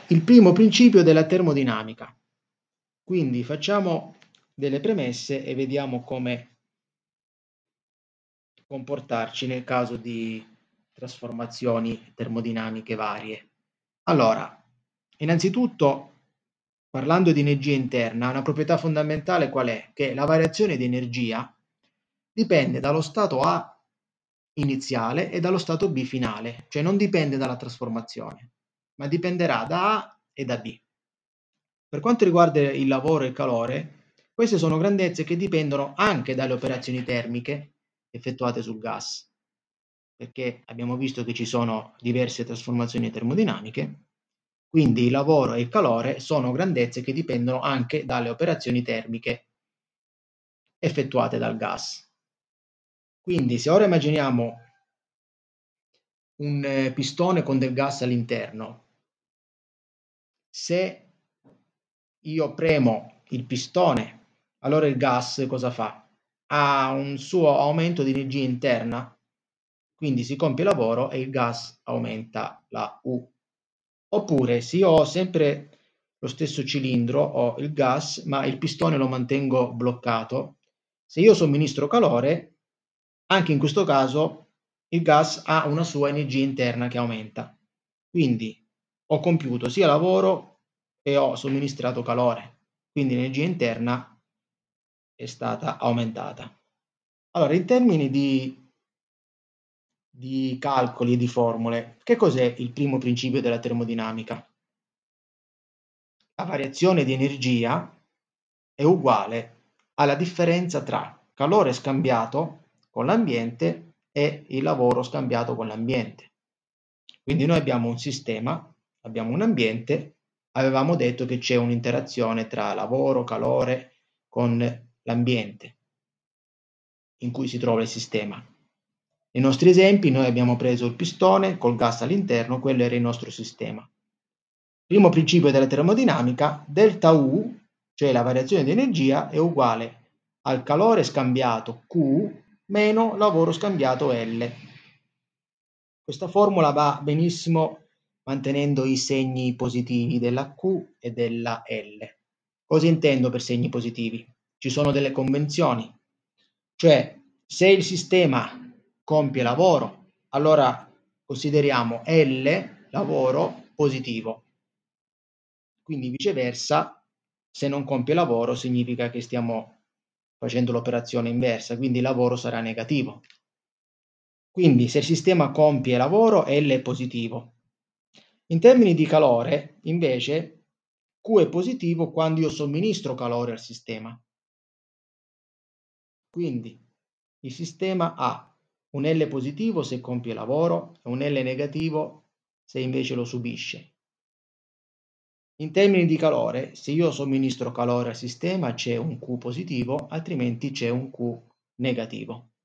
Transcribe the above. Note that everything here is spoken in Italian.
il primo principio della termodinamica. Quindi facciamo delle premesse e vediamo come comportarci nel caso di trasformazioni termodinamiche varie. Allora, innanzitutto, parlando di energia interna, una proprietà fondamentale qual è? Che la variazione di energia dipende dallo stato A iniziale e dallo stato B finale, cioè non dipende dalla trasformazione, ma dipenderà da A e da B. Per quanto riguarda il lavoro e il calore, queste sono grandezze che dipendono anche dalle operazioni termiche effettuate sul gas, perché abbiamo visto che ci sono diverse trasformazioni termodinamiche, quindi il lavoro e il calore sono grandezze che dipendono anche dalle operazioni termiche effettuate dal gas. Quindi se ora immaginiamo un pistone con del gas all'interno, se io premo il pistone, allora il gas cosa fa? Ha un suo aumento di energia interna, quindi si compie il lavoro e il gas aumenta la U. Oppure se io ho sempre lo stesso cilindro, ho il gas, ma il pistone lo mantengo bloccato, se io somministro calore, anche in questo caso il gas ha una sua energia interna che aumenta. Quindi ho compiuto sia lavoro e ho somministrato calore, quindi l'energia interna è stata aumentata. Allora, in termini di calcoli e di formule, che cos'è il primo principio della termodinamica? La variazione di energia è uguale alla differenza tra calore scambiato con l'ambiente e il lavoro scambiato con l'ambiente. Quindi noi abbiamo un sistema, abbiamo un ambiente, avevamo detto che c'è un'interazione tra lavoro, calore con l'ambiente in cui si trova il sistema. Nei nostri esempi noi abbiamo preso il pistone col gas all'interno, quello era il nostro sistema. Primo principio della termodinamica, delta U, cioè la variazione di energia, è uguale al calore scambiato Q meno lavoro scambiato L. Questa formula va benissimo mantenendo i segni positivi della Q e della L. Cosa intendo per segni positivi? Ci sono delle convenzioni, cioè se il sistema compie lavoro, allora consideriamo L lavoro positivo. Quindi viceversa, se non compie lavoro significa che stiamo facendo l'operazione inversa, quindi il lavoro sarà negativo. Quindi se il sistema compie lavoro, L è positivo. In termini di calore, invece, Q è positivo quando io somministro calore al sistema. Quindi il sistema ha un L positivo se compie lavoro e un L negativo se invece lo subisce. In termini di calore, se io somministro calore al sistema c'è un Q positivo, altrimenti c'è un Q negativo.